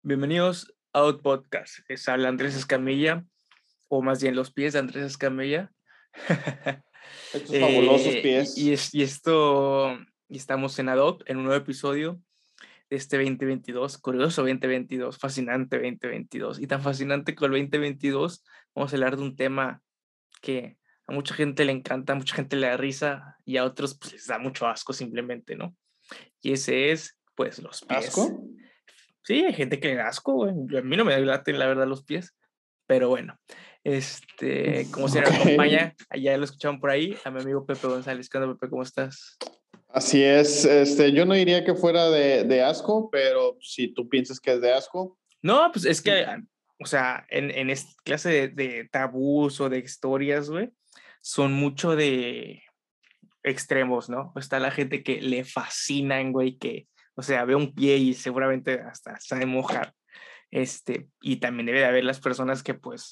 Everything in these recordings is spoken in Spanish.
Bienvenidos a Out Podcast. Les habla Andrés Escamilla, o más bien los pies de Andrés Escamilla. Estos fabulosos pies. Y estamos en Adopt, en un nuevo episodio de este 2022, curioso 2022, fascinante 2022. Y tan fascinante con el 2022, vamos a hablar de un tema que a mucha gente le encanta, a mucha gente le da risa y a otros pues les da mucho asco simplemente, ¿no? Y ese es, pues, los pies. ¿Asco? Sí, hay gente que le da asco, güey. A mí no me laten, la verdad, los pies. Pero bueno, como se nos acompaña, allá lo escucharon por ahí, a mi amigo Pepe González. ¿Qué onda, Pepe? ¿Cómo estás? Así es, yo no diría que fuera de asco, pero si tú piensas que es de asco. No, pues es que, o sea, en esta clase de tabús o de historias, güey, son mucho de extremos, ¿no? Está la gente que le fascinan, güey, que, o sea, ve un pie y seguramente hasta sabe mojar. Y también debe de haber las personas que, pues,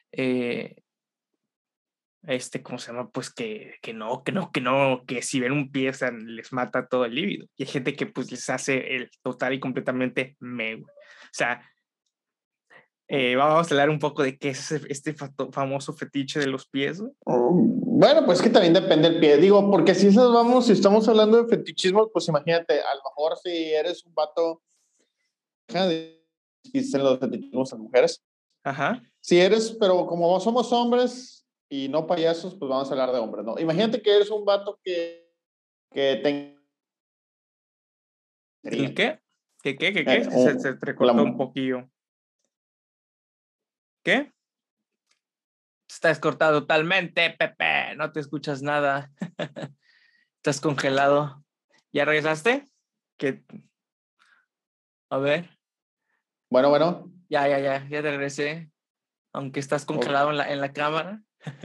¿cómo se llama? Pues que no, que si ven un pie, o sea, les mata todo el líbido. Y hay gente que pues les hace el total y completamente güey. O sea, vamos a hablar un poco de qué es este famoso fetiche de los pies, güey. Bueno, pues que también depende del pie. Digo, porque si estamos hablando de fetichismo, pues imagínate, a lo mejor si eres un vato, existen los fetichismos en mujeres. Ajá. Si eres, pero como somos hombres y no payasos, pues vamos a hablar de hombres, ¿no? Imagínate que eres un vato que tenga... ¿El qué? ¿Qué? Se recortó un poquillo. ¿Qué? Estás cortado totalmente, Pepe. No te escuchas nada. Estás congelado. ¿Ya regresaste? ¿Qué? A ver. Bueno. Ya te regresé. Aunque estás congelado en la cámara.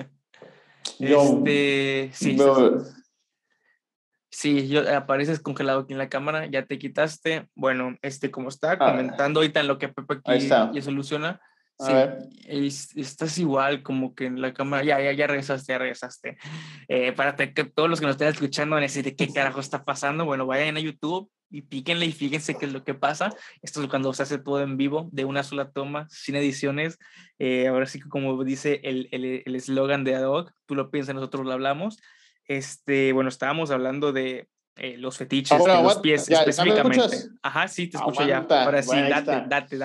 Sí, apareces congelado aquí en la cámara, ya te quitaste. Bueno, como estaba comentando ahorita en lo que Pepe aquí ya soluciona, sí, estás igual como que en la cámara, ya regresaste. Para que todos los que nos estén escuchando van a decir de qué carajo está pasando, bueno, vayan a YouTube y píquenle y fíjense qué es lo que pasa. Esto es cuando se hace todo en vivo, de una sola toma, sin ediciones. Ahora sí que como dice el eslogan de Adoc, tú lo piensas, nosotros lo hablamos. Bueno, estábamos hablando de los fetiches, de los pies específicamente. Ajá, sí, te escucho ya. Ahora sí, bueno, date.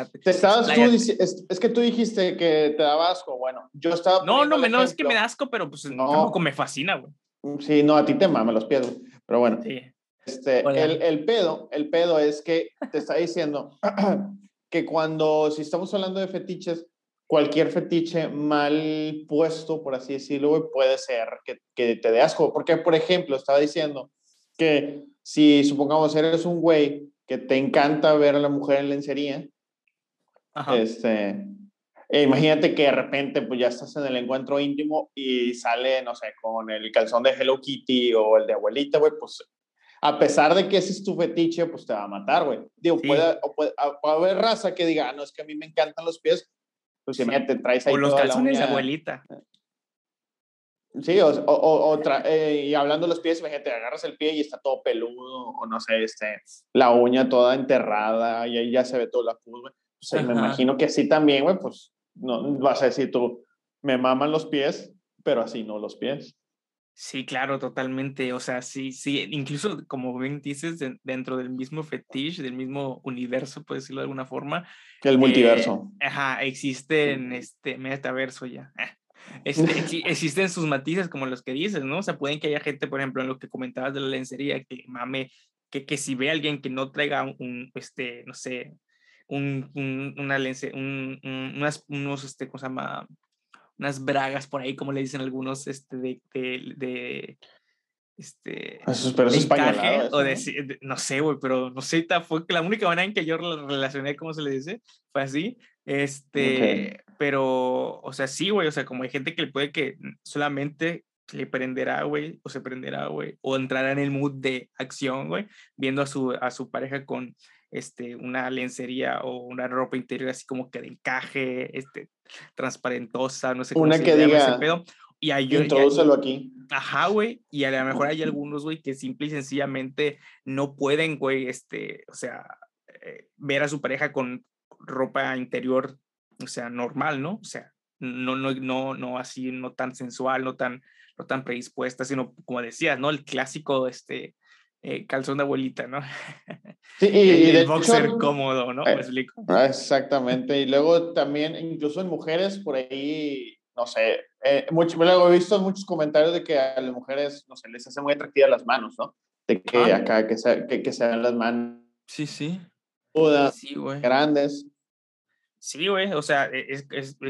Es que tú dijiste que te daba asco. Bueno, yo estaba No, es que me da asco, pero pues tampoco me fascina, güey. Sí, no, a ti te maman los pies, güey. Pero bueno, sí. el pedo es que te está diciendo que si estamos hablando de fetiches, cualquier fetiche mal puesto, por así decirlo, güey, puede ser que te dé asco. Porque, por ejemplo, estaba diciendo que si, supongamos, eres un güey que te encanta ver a la mujer en lencería, ajá. Imagínate que de repente pues ya estás en el encuentro íntimo y sale, no sé, con el calzón de Hello Kitty o el de abuelita, güey, pues a pesar de que ese es tu fetiche, pues te va a matar, güey. Digo, sí. puede haber raza que diga, no, es que a mí me encantan los pies, pues si te traes ahí o los toda calzones la uña. De abuelita. Sí, y hablando de los pies, imagínate, agarras el pie y está todo peludo, o no sé, la uña toda enterrada y ahí ya se ve toda la pus, güey. Pues, me imagino que así también, güey, pues no vas a decir tú, me maman los pies, pero así no los pies. Sí, claro, totalmente. O sea, sí, incluso como bien dices, dentro del mismo fetiche, del mismo universo, por decirlo de alguna forma. El multiverso. Existen metaverso ya. Existen sus matices como los que dices, ¿no? O sea, pueden que haya gente, por ejemplo, en lo que comentabas de la lencería, que mame, que si ve a alguien que no traiga no sé, una unos, ¿cómo se llama? Unas bragas por ahí, como le dicen algunos, Pero es encaje, españolado eso, ¿no? no sé, güey, pero no sé, fue la única manera en que yo relacioné cómo se le dice, fue así, Okay. pero, o sea, sí, güey, o sea, como hay gente que le puede que solamente le prenderá, güey, o se prenderá, güey, o entrará en el mood de acción, güey, viendo a su pareja con, una lencería o una ropa interior así como que de encaje, transparentosa, no sé cómo Una se que llama ese diga, pedo. Y ahí introdúcelo aquí. ajá, güey, y a lo mejor hay algunos, güey, que simple y sencillamente no pueden, güey, o sea, ver a su pareja con ropa interior, o sea, normal, ¿no? O sea, no así, no tan sensual, no tan predispuesta, sino como decías, ¿no? El clásico, calzón de abuelita, ¿no? Sí, y de el boxer hecho, cómodo, ¿no? ¿Me explico? Exactamente. Y luego también, incluso en mujeres, por ahí, no sé, luego he visto muchos comentarios de que a las mujeres, no sé, les hace muy atractivas las manos, ¿no? De que acá, que se vean las manos. Sí, sí. Sí, güey. Grandes. Sí, güey, o sea, es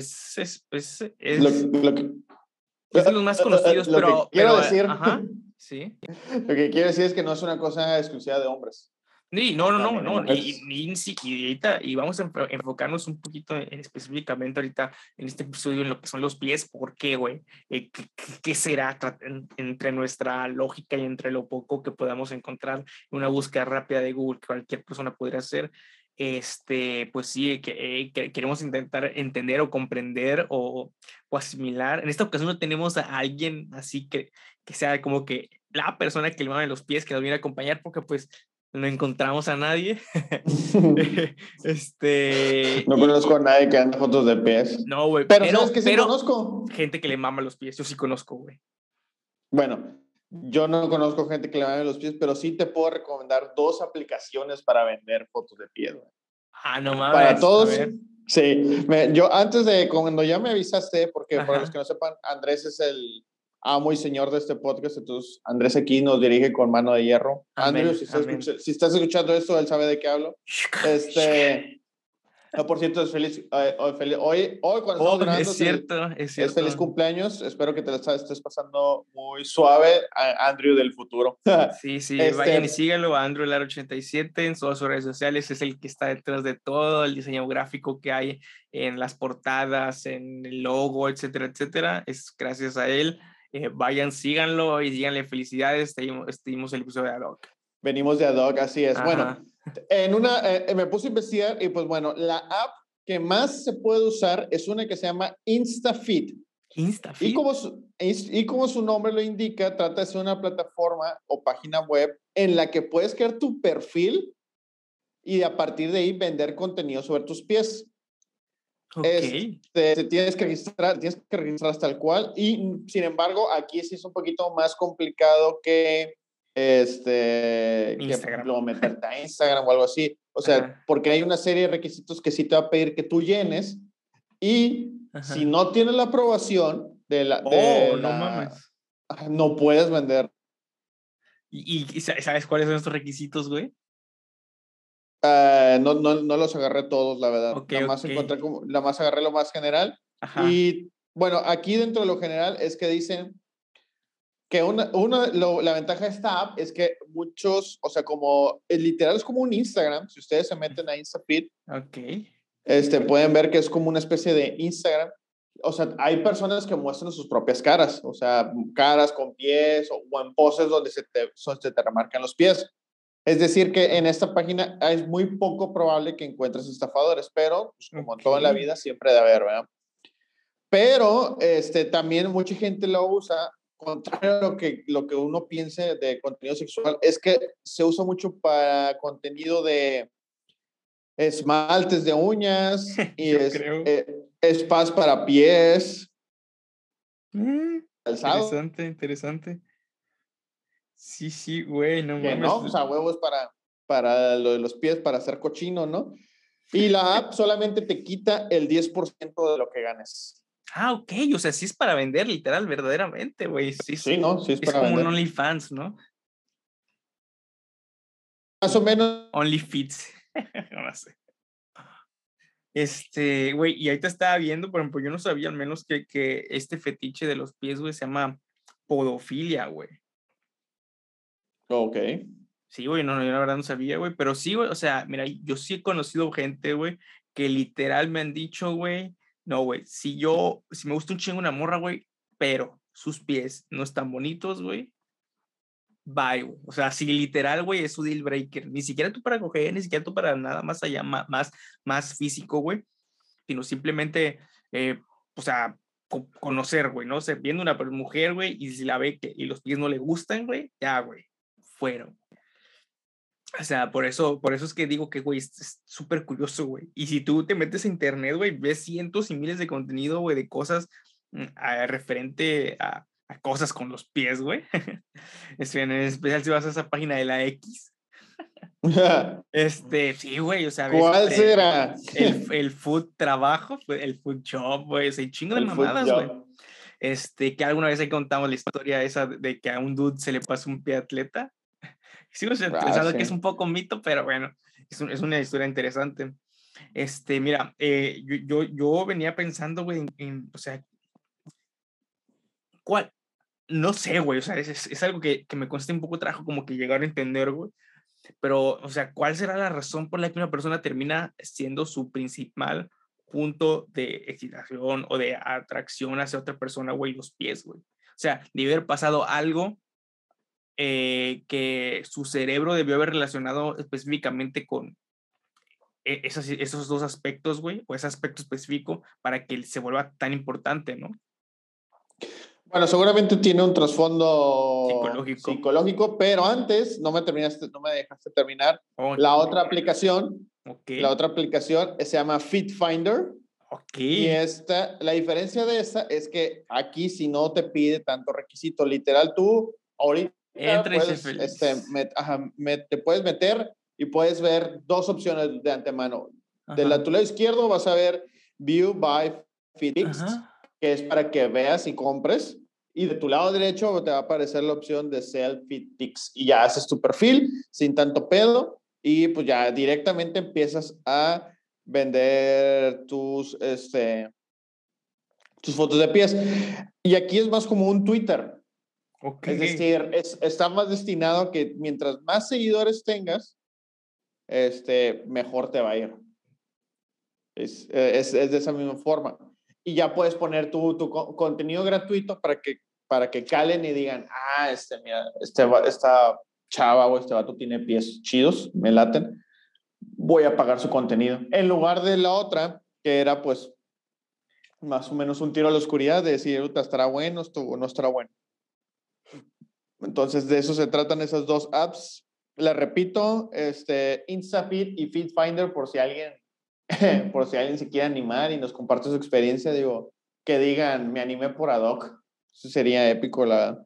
Lo que, es de los más conocidos, lo que quiero decir, ajá, sí. Lo que quiero decir es que no es una cosa exclusiva de hombres. Sí, no, y vamos a enfocarnos un poquito específicamente ahorita en este episodio en lo que son los pies. ¿Por qué, güey? ¿Qué será entre nuestra lógica y entre lo poco que podamos encontrar en una búsqueda rápida de Google que cualquier persona podría hacer? Pues sí, queremos intentar entender o comprender o asimilar. En esta ocasión no tenemos a alguien así que sea como que la persona que le mame los pies, que nos viene a acompañar, porque pues no encontramos a nadie. No conozco a nadie que ande fotos de pies. No, güey. Pero ¿sabes qué sí conozco? Gente que le mama los pies. Yo sí conozco, güey. Bueno, yo no conozco gente que le mame los pies, pero sí te puedo recomendar 2 aplicaciones para vender fotos de pies, güey. No mames. Para todos. Sí. Yo antes de, cuando ya me avisaste, porque para los que no sepan, Andrés es el amo y señor de este podcast, entonces Andrés aquí nos dirige con mano de hierro. Amén, Andrew, si estás escuchando esto, él sabe de qué hablo. No, por cierto, es feliz. Hoy cuando estamos grabando, es cierto. Es feliz cumpleaños. Espero que te lo estés pasando muy suave, Andrew del futuro. Sí, vayan y síganlo a Andrew Lar 87 en todas sus redes sociales. Es el que está detrás de todo el diseño gráfico que hay en las portadas, en el logo, etcétera, etcétera. Es gracias a él. Vayan, síganlo y díganle felicidades. Tenemos el episodio de Ad Hoc. Venimos de Ad Hoc, así es. Ajá. Bueno, me puse a investigar y pues bueno, la app que más se puede usar es una que se llama InstaFeed. ¿InstaFeed? Y como su nombre lo indica, trata de ser una plataforma o página web en la que puedes crear tu perfil y a partir de ahí vender contenido sobre tus pies. Okay. Tienes que registrar tal cual y sin embargo aquí sí es un poquito más complicado que que por ejemplo meterte a Instagram o algo así, o sea, porque hay una serie de requisitos que sí te va a pedir que tú llenes y si no tienes la aprobación no mames, no puedes vender. ¿Y sabes cuáles son estos requisitos, güey? No los agarré todos, la verdad. Nada más agarré lo más general. Ajá. Y bueno, aquí dentro de lo general es que dicen que la ventaja de esta app es que muchos, o sea, como literal es como un Instagram, si ustedes se meten a InstaFeed, pueden ver que es como una especie de Instagram. O sea, hay personas que muestran sus propias caras, o sea, caras con pies o en poses donde se te remarcan los pies. Es decir, que en esta página es muy poco probable que encuentres estafadores, pero pues, como en toda la vida siempre debe haber, ¿verdad? Pero también mucha gente lo usa, contrario a lo que uno piense de contenido sexual, es que se usa mucho para contenido de esmaltes de uñas y spas para pies. Interesante. Sí, güey, no mames. No, o sea, huevos para lo de los pies, para hacer cochino, ¿no? Y la app solamente te quita el 10% de lo que ganes. Ok, o sea, sí es para vender, literal, verdaderamente, güey. Sí, sí es para vender. Es como un OnlyFans, ¿no? Más o menos. OnlyFits. No sé. Güey, y ahorita estaba viendo, por ejemplo, yo no sabía al menos que este fetiche de los pies, güey, se llama podofilia, güey. Ok. Sí, güey, no, yo la verdad no sabía, güey, pero sí, güey, o sea, mira, yo sí he conocido gente, güey, que literal me han dicho, güey, no, güey, si me gusta un chingo una morra, güey, pero sus pies no están bonitos, güey, bye, güey. O sea, si literal, güey, es su deal breaker, ni siquiera tú para coger, ni siquiera tú para nada más allá, más físico, güey, sino simplemente, o sea, conocer, güey, ¿no? O sea, viendo una mujer, güey, y si la ve y los pies no le gustan, güey, ya, güey, fueron. O sea, por eso es que digo que, güey, es súper curioso, güey. Y si tú te metes a internet, güey, ves cientos y miles de contenido, güey, de cosas referente a cosas con los pies, güey. En especial si vas a esa página de la X. Sí, güey, o sea, ves ¿Cuál será? el food trabajo, el food job, güey, o sea, hay chingo de mamadas, güey. Que alguna vez ahí contamos la historia esa de que a un dude se le pasa un pie atleta. Sigo pensando que es un poco mito, pero bueno, es una historia interesante. Mira, yo venía pensando, güey, o sea, ¿cuál? No sé, güey, o sea, es algo que me cuesta un poco de trabajo como que llegar a entender, güey. Pero, o sea, ¿cuál será la razón por la que una persona termina siendo su principal punto de excitación o de atracción hacia otra persona, güey, los pies, güey? O sea, debe haber pasado algo que su cerebro debió haber relacionado específicamente con esos dos aspectos, güey, o ese aspecto específico para que se vuelva tan importante, ¿no? Bueno, seguramente tiene un trasfondo psicológico, pero antes no me dejaste terminar. La otra aplicación se llama Fit Finder. Y la diferencia de esta es que aquí si no te pide tanto requisito, literal tú ahorita puedes, te puedes meter y puedes ver dos opciones de antemano. De tu lado izquierdo vas a ver View by Fitix, que es para que veas y compres. Y de tu lado derecho te va a aparecer la opción de Sell Fitix. Y ya haces tu perfil sin tanto pedo y pues ya directamente empiezas a vender tus fotos de pies. Y aquí es más como un Twitter. Es decir, está más destinado a que mientras más seguidores tengas, mejor te va a ir. Es de esa misma forma. Y ya puedes poner tu contenido gratuito para que calen y digan, mira, esta chava o este vato tiene pies chidos, me laten, voy a pagar su contenido. En lugar de la otra, que era pues más o menos un tiro a la oscuridad de decir, ¿estará bueno o no estará bueno? Entonces, de eso se tratan esas dos apps. La repito, InstaFit y FitFinder, por si alguien se quiere animar y nos comparte su experiencia, digo, que digan, me animé por ad hoc. Eso sería épico, la...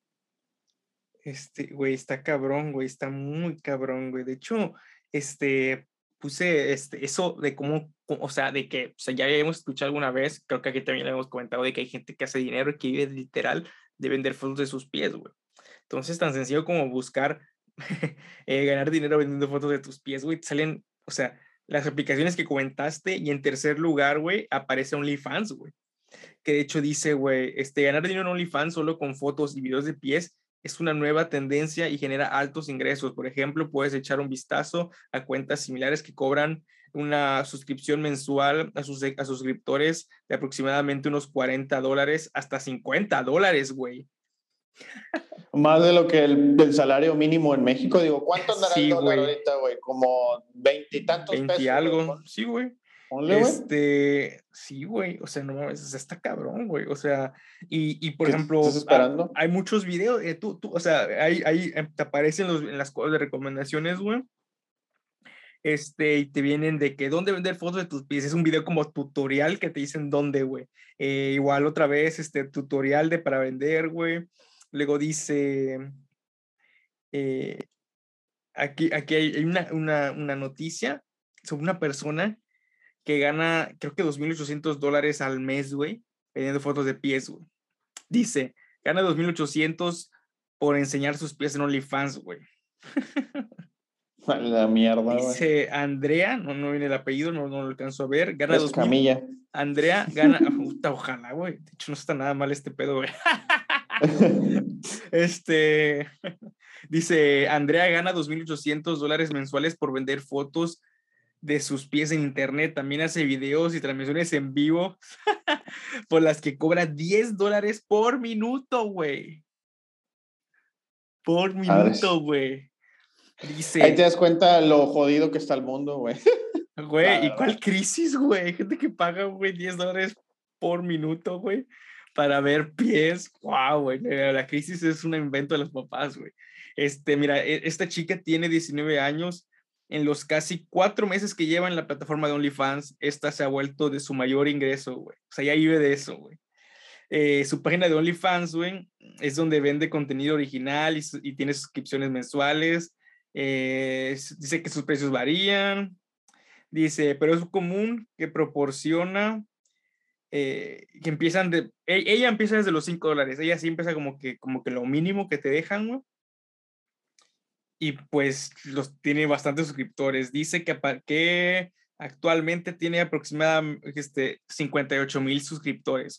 Güey, está cabrón, güey, está muy cabrón, güey. De hecho, puse eso de cómo, o sea, de que, o sea, ya habíamos escuchado alguna vez, creo que aquí también le hemos comentado de que hay gente que hace dinero y que vive literal de vender fotos de sus pies, güey. Entonces, tan sencillo como buscar ganar dinero vendiendo fotos de tus pies, güey, te salen, o sea, las aplicaciones que comentaste y en tercer lugar, güey, aparece OnlyFans, güey. Que de hecho dice, güey, ganar dinero en OnlyFans solo con fotos y videos de pies es una nueva tendencia y genera altos ingresos. Por ejemplo, puedes echar un vistazo a cuentas similares que cobran una suscripción mensual a sus suscriptores de aproximadamente unos $40 hasta $50, güey. Más de lo que el salario mínimo en México. Digo, ¿cuánto andará el dólar ahorita, güey? Como 20 y tantos pesos. 20 algo, sí, güey. Ponle, güey. Sí, güey, o sea, no mames, o sea, está cabrón, güey, o sea, y por ejemplo, ¿estás esperando? Hay muchos videos, o sea, ahí te aparecen en las cosas de recomendaciones, güey, y te vienen de que dónde vender fotos de tus pies, es un video como tutorial que te dicen dónde, güey, igual otra vez, tutorial de para vender, güey, luego dice, aquí hay una noticia sobre una persona que gana, creo que $2,800 al mes, güey, vendiendo fotos de pies, güey. Dice, gana $2,800 por enseñar sus pies en OnlyFans, güey. La mierda, güey. Dice Andrea, no viene el apellido, no lo alcanzo a ver. Gana Camilla. Andrea gana, ojalá, güey. De hecho, no está nada mal este pedo, güey. Dice, Andrea gana $2,800 mensuales por vender fotos de sus pies en internet. También hace videos y transmisiones en vivo por las que cobra $10 por minuto, güey. Por minuto, güey. Dice. Ahí te das cuenta lo jodido que está el mundo, güey. Güey, ¿y cuál crisis, güey? Gente que paga, güey, $10 por minuto, güey, para ver pies. Wow, güey. La crisis es un invento de los papás, güey. Mira, esta chica tiene 19 años. En los casi 4 meses que lleva en la plataforma de OnlyFans, esta se ha vuelto de su mayor ingreso, güey. O sea, ya vive de eso, güey. Su página de OnlyFans, güey, es donde vende contenido original y tiene suscripciones mensuales. Dice que sus precios varían. Dice, pero es común que proporciona, que empiezan ella empieza desde los $5. Ella sí empieza como que lo mínimo que te dejan, güey. Y pues tiene bastantes suscriptores. Dice que actualmente tiene aproximadamente 58,000 suscriptores.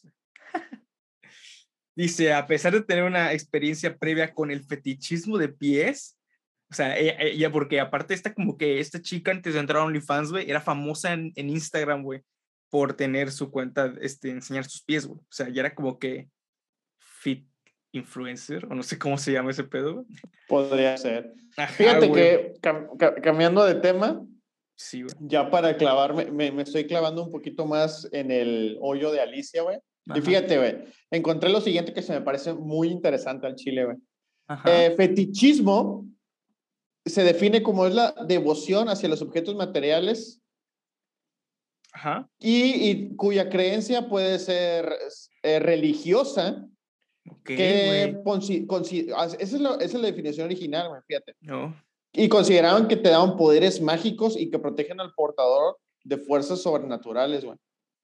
Dice, a pesar de tener una experiencia previa con el fetichismo de pies, o sea, ella porque aparte esta chica antes de entrar a OnlyFans, güey, era famosa en Instagram, güey, por tener su cuenta, enseñar sus pies, güey. O sea, ya era como que fit influencer, o no sé cómo se llama ese pedo. Podría ser. Ajá, fíjate, güey, que cambiando de tema, sí, güey, ya para clavarme, me estoy clavando un poquito más en el hoyo de Alicia, güey. Y fíjate, güey, encontré lo siguiente que se me parece muy interesante al chile, güey. Fetichismo se define como es la devoción hacia los objetos materiales. Ajá. Y cuya creencia puede ser religiosa. Okay, que esa es la definición original, güey, fíjate. No. Y consideraban que te daban poderes mágicos y que protegen al portador de fuerzas sobrenaturales, güey.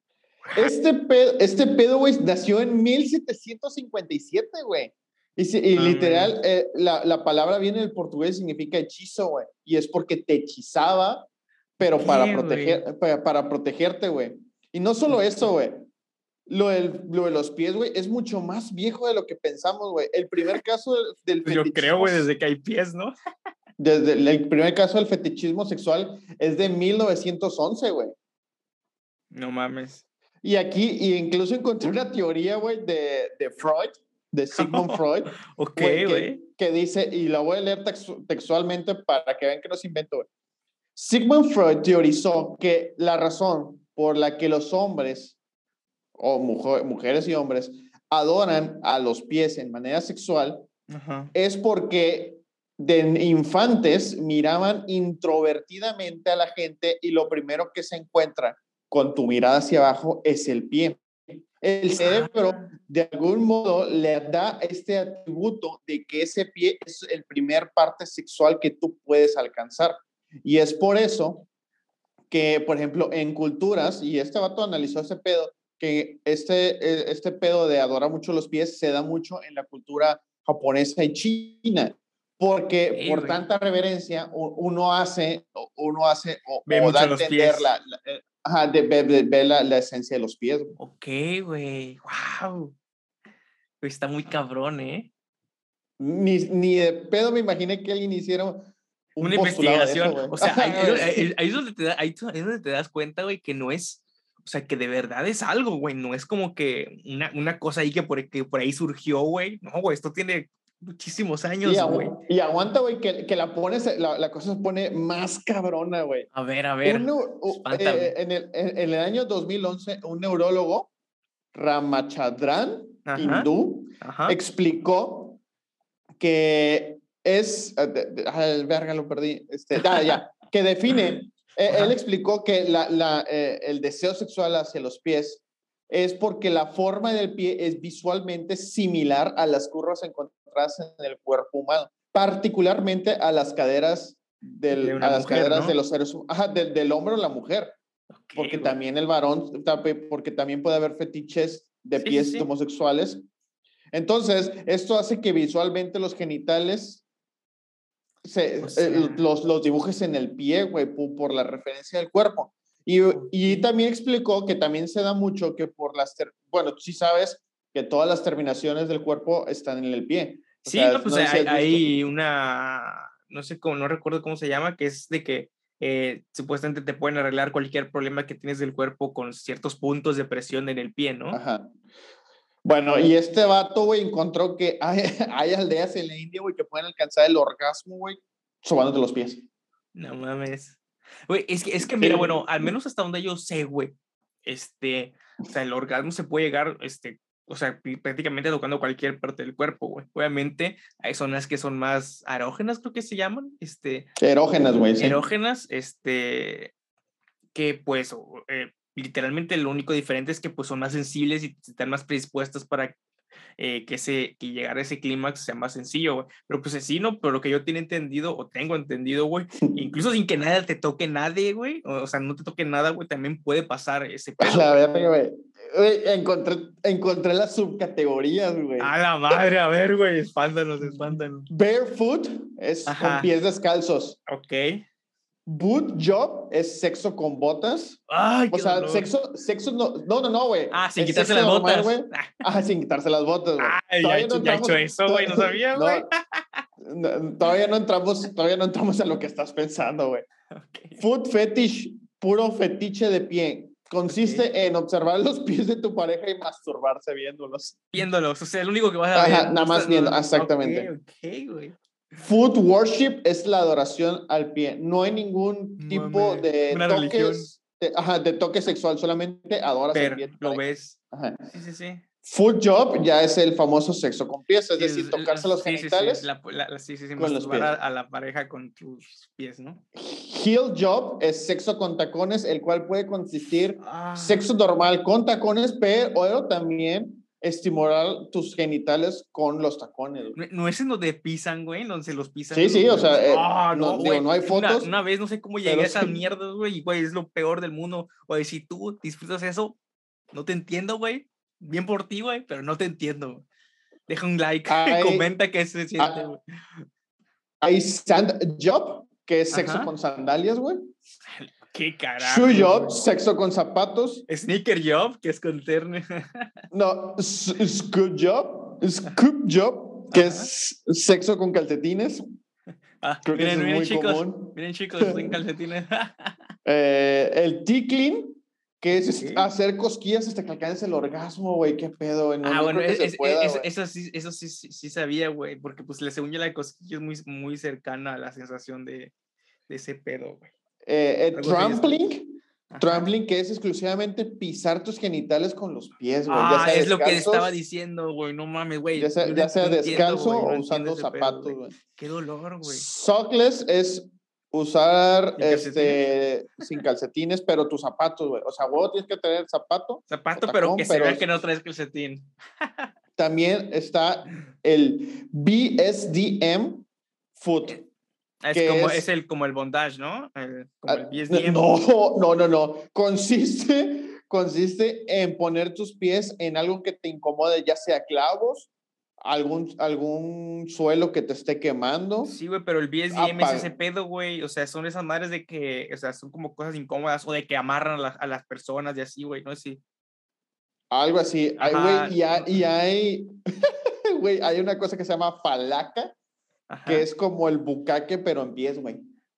Este pedo, güey, nació en 1757, güey. Y literal, la palabra viene del portugués y significa hechizo, güey. Y es porque te hechizaba, pero para protegerte, güey. Y no solo eso, güey. Lo de los pies, güey, es mucho más viejo de lo que pensamos, güey. El primer caso del fetichismo... Yo creo, güey, desde que hay pies, ¿no? Desde el primer caso del fetichismo sexual es de 1911, güey. No mames. Y incluso encontré una teoría, güey, de Freud, de Sigmund Freud. Ok, güey. Que dice, y la voy a leer textualmente para que vean que no se inventó, güey. Sigmund Freud teorizó que la razón por la que los hombres o mujeres y hombres adoran a los pies en manera sexual, es porque de infantes miraban introvertidamente a la gente y lo primero que se encuentra con tu mirada hacia abajo es el pie. El cerebro de algún modo le da este atributo de que ese pie es el primer parte sexual que tú puedes alcanzar. Y es por eso que, por ejemplo, en culturas, y este vato analizó ese pedo, que este pedo de adorar mucho los pies se da mucho en la cultura japonesa y china, porque por tanta reverencia uno hace o da a entender la esencia de los pies. Güey. Ok, güey, wow. Está muy cabrón, ¿eh? Ni de pedo me imaginé que alguien hiciera una investigación. Eso, o sea, ahí es donde te das cuenta, güey, que no es, o sea, que de verdad es algo, güey, no es como que una cosa ahí que por ahí surgió, güey. No, güey, esto tiene muchísimos años, güey. Y aguanta, güey, que la pones, la cosa se pone más cabrona, güey. A ver. En el año 2011, un neurólogo, Ramachandran hindú, explicó que verga, lo perdí. Que define, él explicó que el deseo sexual hacia los pies es porque la forma del pie es visualmente similar a las curvas encontradas en el cuerpo humano, particularmente a las caderas caderas de los seres humanos, del hombre o la mujer. Okay, porque también el varón, porque también puede haber fetiches de pies homosexuales. Entonces, esto hace que visualmente los genitales los dibujes en el pie, güey, por la referencia del cuerpo. Y también explicó que también se da mucho que bueno, tú sí sabes que todas las terminaciones del cuerpo están en el pie. Sí, pues hay una, no sé cómo, no recuerdo cómo se llama, que es de que supuestamente te pueden arreglar cualquier problema que tienes del cuerpo con ciertos puntos de presión en el pie, ¿no? Ajá. Bueno, y este vato, güey, encontró que hay aldeas en la India, güey, que pueden alcanzar el orgasmo, güey, sobándote los pies. No mames. Güey, es que mira, bueno, al menos hasta donde yo sé, güey, o sea, el orgasmo se puede llegar, o sea, prácticamente tocando cualquier parte del cuerpo, güey. Obviamente hay zonas que son más erógenas, creo que se llaman, erógenas, güey, sí. Erógenas, que pues literalmente lo único diferente es que pues son más sensibles y están más predispuestas para que llegar a ese clímax sea más sencillo, güey. Pero pues sí, ¿no? Pero lo que yo tengo entendido, güey, incluso sin que nada te toque nadie, güey, o sea, no te toque nada, güey, también puede pasar ese pedo. A la verga, güey. Encontré las subcategorías, güey. A la madre, a ver, güey, espántanos. Barefoot es con pies descalzos. Ok. Boot job es sexo con botas. Ay, o sea, sexo no, güey. Sin quitarse las botas. Sin quitarse las botas, güey. Ya he hecho eso, güey, no sabía, güey. Todavía no entramos a lo que estás pensando, güey. Okay. Foot fetish, puro fetiche de pie. Consiste en observar los pies de tu pareja y masturbarse viéndolos. O sea, el único que vas a ver. Nada más viendo, exactamente. Ok, güey. Foot worship es la adoración al pie. No hay ningún tipo de toques, de toque sexual, solamente adoras al pie. Lo ves. Ajá. Sí. Foot job ya es el famoso sexo con pies, es decir, tocarse los genitales. Masturbar a la pareja con tus pies, ¿no? Heel job es sexo con tacones, el cual puede consistir sexo normal con tacones, pero también estimular tus genitales con los tacones. No es en donde pisan, güey, donde se los pisan. Sí, o sea, no hay fotos. Una vez no sé cómo llegué a esas mierdas, güey, y güey, es lo peor del mundo. Güey, si tú disfrutas eso, no te entiendo, güey. Bien por ti, güey, pero no te entiendo. Deja un like, comenta qué se siente, güey. Hay sand job, que es sexo con sandalias, güey. ¿Qué carajo? Shoe job, sexo con zapatos. Sneaker job, que es con terne. No, scoop job, que es sexo con calcetines. Creo que miren, chicos, en calcetines. El tickling, que es hacer cosquillas hasta que alcances el orgasmo, güey. ¿Qué pedo, güey? Bueno, eso sí sabía, güey, porque pues según yo la cosquilla es muy, muy cercana a la sensación de ese pedo, güey. Trampling, que es exclusivamente pisar tus genitales con los pies, güey. Es lo que estaba diciendo, güey. No mames, güey. Ya sea descalzo o usando zapatos, güey. Qué dolor, güey. Sockless es usar sin calcetines, pero tus zapatos, güey. O sea, güey, tienes que tener zapato, pero que se vea que no traes calcetín. También está el BSDM foot. Es como el bondage, ¿no? Como el BSDM. No. Consiste en poner tus pies en algo que te incomode, ya sea clavos, algún suelo que te esté quemando. Sí, güey, pero el BSDM es ese pedo, güey. O sea, son esas madres de que, o sea, son como cosas incómodas o de que amarran a las personas y así, güey, ¿no? Sí. Algo así. Güey, hay, güey, hay una cosa que se llama falaca, que es como el bucaque, pero en pies, güey.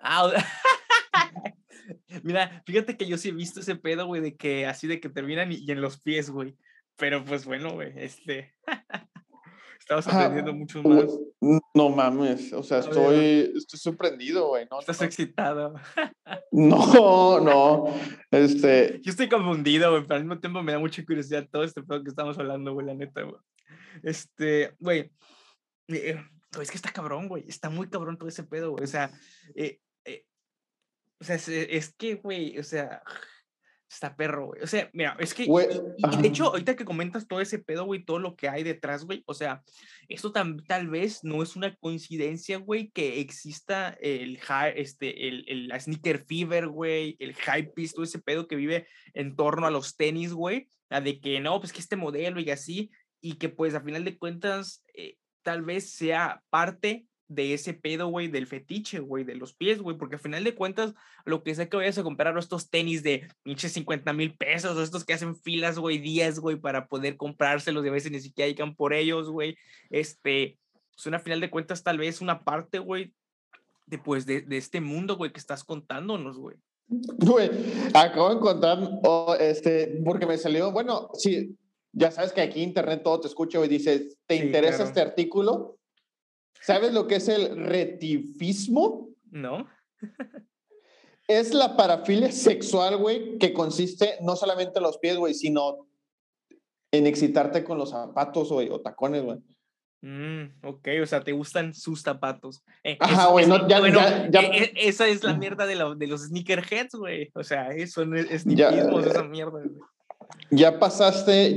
Mira, fíjate que yo sí he visto ese pedo, güey, de que así de que terminan y en los pies, güey. Pero pues bueno, güey, estamos aprendiendo mucho más. No mames, o sea, estoy sorprendido, güey. ¿Estás excitado? No. Yo estoy confundido, güey, pero al mismo tiempo me da mucha curiosidad todo este pedo que estamos hablando, güey, la neta, güey. Güey, es que está cabrón, güey, está muy cabrón todo ese pedo, güey, o sea, es que, güey, o sea, está perro, güey. O sea, mira, es que, y de hecho, ahorita que comentas todo ese pedo, güey, todo lo que hay detrás, güey, o sea, esto tal vez no es una coincidencia, güey, que exista la sneaker fever, güey, el hypebeast, todo ese pedo que vive en torno a los tenis, güey, de que no, pues que este modelo y así, y que pues a final de cuentas, tal vez sea parte de ese pedo, güey, del fetiche, güey, de los pies, güey, porque al final de cuentas, lo que sea que vayas a comprar estos tenis de pinches 50,000 pesos, o estos que hacen filas, güey, días, güey, para poder comprárselos, y a veces ni siquiera llegan por ellos, güey, son a final de cuentas tal vez una parte, güey, de este mundo, güey, que estás contándonos, güey. Güey, acabo de encontrar, porque me salió, bueno, sí, ya sabes que aquí en internet todo te escucha, güey, dices, ¿te interesa este artículo? ¿Sabes lo que es el retifismo? No. Es la parafilia sexual, güey, que consiste no solamente en los pies, güey, sino en excitarte con los zapatos, güey, o tacones, güey. Ok, o sea, te gustan sus zapatos. Ajá, güey, no, ya, bueno, ya. Esa es la mierda de los sneakerheads, güey. O sea, son snipismos, esa mierda, güey. Ya pasaste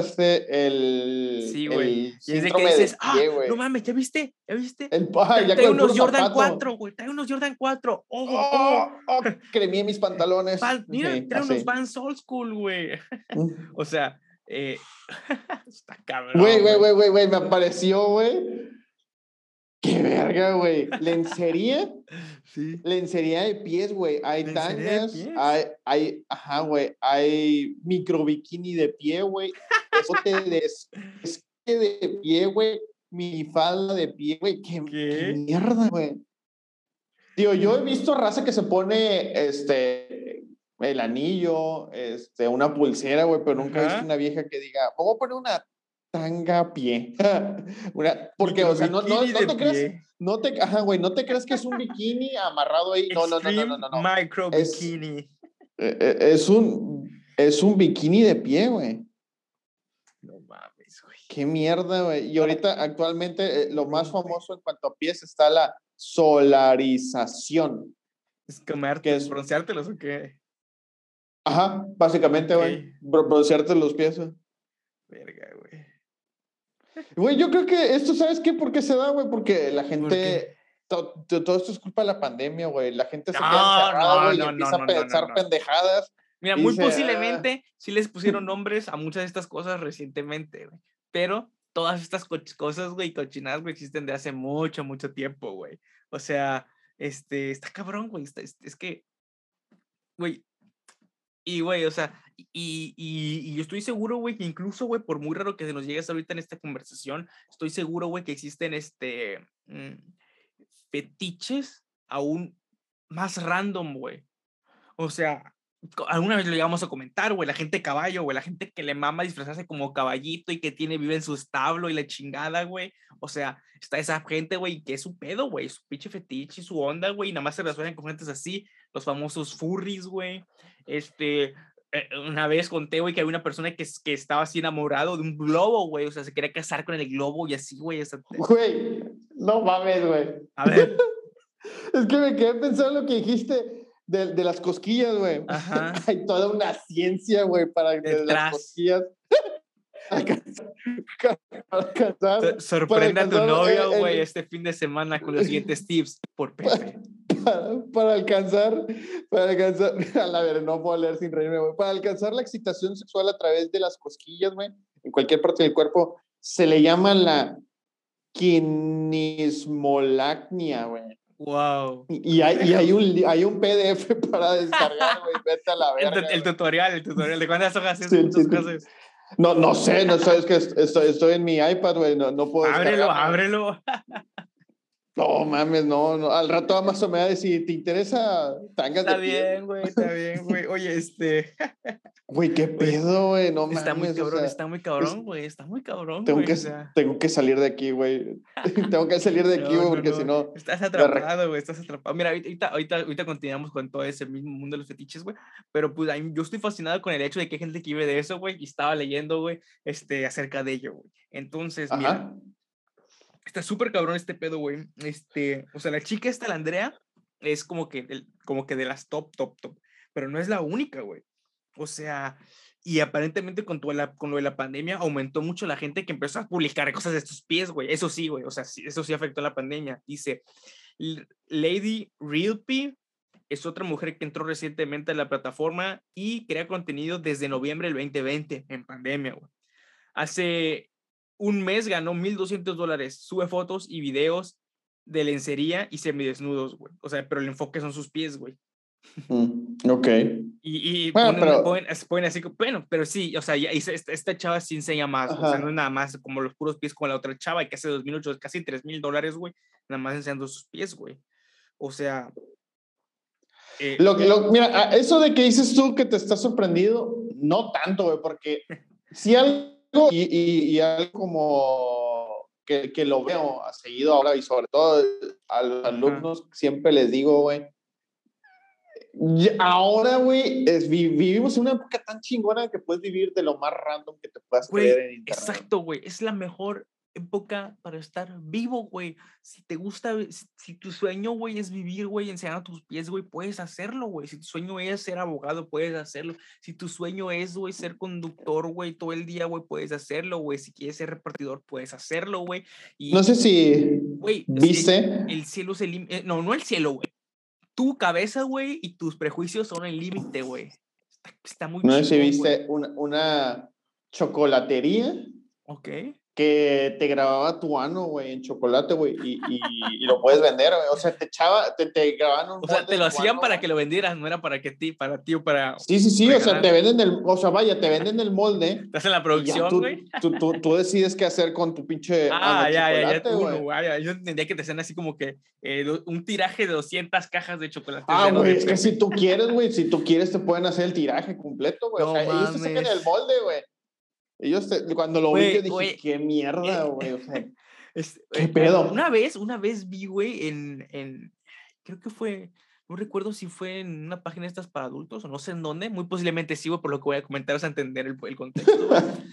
Sí, güey. el Y es de que síndrome dices, de pie, güey. No mames, ¿ya viste? Trae unos Jordan 4, güey. Trae unos Jordan 4. Cremé mis pantalones. Mira, Sí, trae así. unos Vans Old School, güey. O sea, está cabrón. Güey, me apareció, güey. ¡Qué verga, güey! ¿Lencería? Sí. Lencería de pies, güey. Hay tangas, ajá, güey. Hay micro bikini de pie, güey. Eso es de pie, güey. Mi falda de pie, güey. ¿Qué mierda, güey? Tío, yo he visto raza que se pone, el anillo, una pulsera, güey, pero nunca he visto una vieja que diga, voy a poner una tanga a pie. Porque, o sea, no te crees, ajá, güey, no te crees que es un bikini amarrado ahí. No. Micro bikini. Es un bikini de pie, güey. No mames, güey. Qué mierda, güey. Y ahorita, actualmente, lo más famoso en cuanto a pies está la solarización. ¿Es bronceártelos o qué? Ajá, básicamente, güey. Broncearte los pies, güey. Verga, güey. Güey, yo creo que esto, ¿sabes qué? ¿Por qué se da, güey? Porque la gente... Todo esto es culpa de la pandemia, güey. La gente se queda encerrada, güey, y empieza a pensar pendejadas. Mira, muy posiblemente sí les pusieron nombres a muchas de estas cosas recientemente, güey. Pero todas estas cosas, güey, cochinadas, güey, existen de hace mucho, mucho tiempo, güey. O sea, está cabrón, güey. Es que, güey, y, güey, o sea, y yo estoy seguro, güey, que incluso, güey, por muy raro que se nos llegue ahorita en esta conversación, estoy seguro, güey, que existen, fetiches aún más random, güey. O sea, alguna vez lo llegamos a comentar, güey, la gente caballo, güey, la gente que le mama disfrazarse como caballito y que vive en su establo y la chingada, güey. O sea, está esa gente, güey, que es su pedo, güey, su pinche fetiche y su onda, güey, y nada más se relacionan con gentes así, los famosos furries, güey. Una vez conté, güey, que había una persona que estaba así enamorado de un globo, güey, o sea, se quería casar con el globo y así, güey. Güey, no mames, güey. A ver. Es que me quedé pensando lo que dijiste de las cosquillas, güey. Ajá. Hay toda una ciencia, güey, para las cosquillas. Alcanzar. Sorprende a tu novio, güey, este fin de semana con los siguientes tips por Pepe. Para alcanzar, a la ver, no puedo leer sin reírme, güey. Para alcanzar la excitación sexual a través de las cosquillas, güey, en cualquier parte del cuerpo, se le llama la quinismolacnia, güey. Wow. Y hay un PDF para descargar, güey. Vete a la verga. El tutorial. ¿De cuántas hojas es? Muchas cosas. No sé, es que estoy en mi iPad, güey. No puedo ábrelo. No mames, no. Al rato Amazon me va a decir, ¿te interesa tangas de pie? Está bien, güey. Oye, Güey, qué pedo, güey. No mames. Está muy cabrón, güey. Está muy cabrón, tengo güey. Tengo que salir de aquí, güey. Tengo que salir de aquí, güey, porque si no... Estás atrapado, güey. Estás atrapado. Mira, ahorita continuamos con todo ese mismo mundo de los fetiches, güey. Pero pues yo estoy fascinado con el hecho de que hay gente que vive de eso, güey. Y estaba leyendo, güey, acerca de ello, güey. Entonces, mira. Está súper cabrón este pedo, güey. O sea, la chica esta, la Andrea, es como que de las top. Pero no es la única, güey. O sea, y aparentemente con lo de la pandemia aumentó mucho la gente que empezó a publicar cosas de estos pies, güey. Eso sí, güey. O sea, eso sí afectó a la pandemia. Dice, Lady Realpy es otra mujer que entró recientemente a la plataforma y crea contenido desde noviembre del 2020 en pandemia, güey. Hace un mes ganó $1,200. Sube fotos y videos de lencería y semidesnudos, güey. O sea, pero el enfoque son sus pies, güey. Ok. Y ponen así, bueno, pero sí, o sea, esta chava sí enseña más, o sea, no es nada más como los puros pies como la otra chava que hace $2,800, casi $3,000, güey, nada más enseñando sus pies, güey. O sea... mira, eso de que dices tú que te está sorprendido, no tanto, güey, porque si algo y algo como que lo veo seguido ahora y sobre todo a los alumnos siempre les digo, güey, Ahora, güey, vivimos en una época tan chingona que puedes vivir de lo más random que te puedas creer en internet. Exacto, güey. Es la mejor época para estar vivo, güey. Si te gusta, si tu sueño, güey, es vivir, güey, enseñando tus pies, güey, puedes hacerlo, güey. Si tu sueño es ser abogado, puedes hacerlo. Si tu sueño es, güey, ser conductor, güey, todo el día, güey, puedes hacerlo, güey. Si quieres ser repartidor, puedes hacerlo, güey. No sé si viste. El cielo es el límite. No, no el cielo, güey. Tu cabeza, güey, y tus prejuicios son el límite, güey. Está muy chido. No sé si viste una chocolatería. Ok. Que te grababa tu ano, güey, en chocolate, güey, y lo puedes vender, güey. O sea, te grababan un O sea, te lo hacían para que lo vendieras, no era para ti o para... Sí, o sea, te venden te venden el molde. Te hacen la producción, güey. Tú decides qué hacer con tu pinche chocolate, güey. Yo entendía que te hacían así como que un tiraje de 200 cajas de chocolate. Güey, es que si tú quieres, güey, te pueden hacer el tiraje completo, güey. O sea, ellos te sacan el molde, güey. Cuando lo vi, yo dije, qué mierda, güey. O sea, ¿qué pedo? Una vez vi, güey, creo que fue, no recuerdo si fue en una página de estas para adultos o no sé en dónde, muy posiblemente sí, güey, por lo que voy a comentar es a entender el contexto.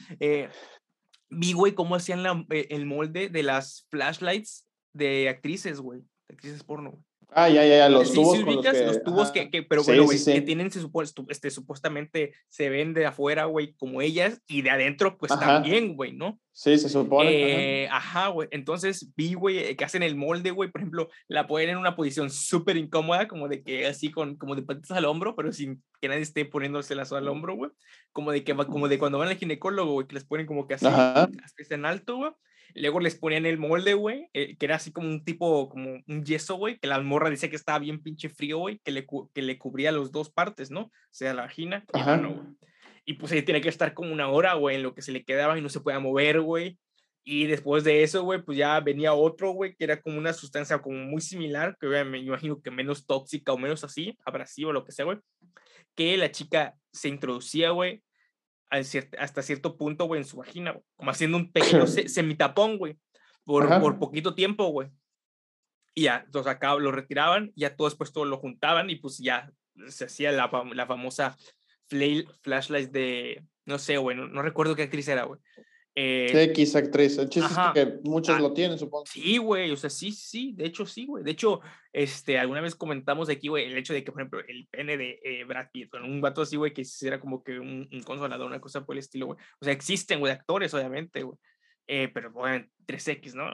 Vi, güey, cómo hacían el molde de las flashlights de actrices, güey, de actrices porno, güey. Ya, los tubos con los tubos pero bueno, güey, que tienen, supuestamente se ven de afuera, güey, como ellas, y de adentro, pues también, güey, ¿no? Sí, se supone. Güey, entonces vi, güey, que hacen el molde, güey, por ejemplo, la ponen en una posición súper incómoda, como de que así, como de patitas al hombro, pero sin que nadie esté poniéndoselas al hombro, güey, como de cuando van al ginecólogo, güey, que les ponen como que así, en alto, güey. Luego les ponían el molde, güey, que era así como un tipo, como un yeso, güey, que la morra decía que estaba bien pinche frío, güey, que le cubría las dos partes, ¿no? O sea, la vagina y el ano, güey. Y pues ahí tenía que estar como una hora, güey, en lo que se le quedaba y no se podía mover, güey. Y después de eso, güey, pues ya venía otro, güey, que era como una sustancia como muy similar, que me imagino que menos tóxica o menos así, abrasiva o lo que sea, güey, que la chica se introducía, güey, hasta cierto punto, güey, en su vagina, güey, como haciendo un pequeño semitapón, güey, por poquito tiempo, güey. Y ya, entonces acá lo retiraban, ya todo después todo lo juntaban y pues ya se hacía la famosa flashlight de, no sé, güey, no recuerdo qué actriz era, güey. X actriz, el chiste es que muchos lo tienen, supongo. Sí, güey, o sea, sí, de hecho sí, güey. De hecho, alguna vez comentamos aquí, güey, el hecho de que, por ejemplo, el pene de Brad Pitt, con un vato así, güey, que era como que un consolador, una cosa por el estilo, güey. O sea, existen, güey, actores, obviamente, güey. Pero, bueno, 3X, ¿no?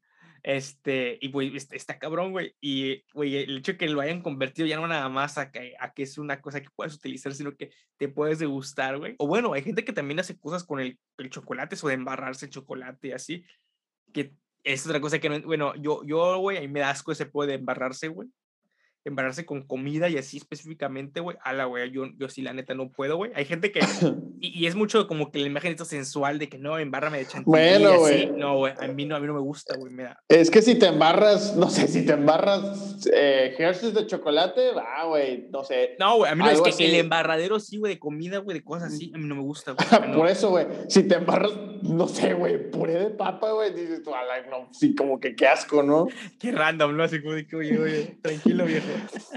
Y, güey, está cabrón, güey. Y, güey, el hecho de que lo hayan convertido ya no nada más a que es una cosa que puedes utilizar, sino que te puedes degustar, güey. O bueno, hay gente que también hace cosas con el chocolate, eso de embarrarse el chocolate y así, que es otra cosa que no, bueno, yo, güey, a mí me da asco ese puede embarrarse, güey. Embarrarse con comida y así específicamente, güey. Ala, güey, yo sí, la neta, no puedo, güey. Hay gente que, y es mucho como que la imagen esta sensual de que no, embárrame de chantilly. Bueno, güey. No, güey, a mí no me gusta, güey. Es que si te embarras, no sé, Hershey's de chocolate, güey, no sé. No, güey, a mí no, es que el embarradero sí, güey, de comida, güey, de cosas así, a mí no me gusta, güey. Por eso, güey, si te embarras, no sé, güey, puré de papa, güey, dices tú, no, sí, como que qué asco, ¿no? Qué random, ¿no? Así como de que, oye, tranquilo, viejo.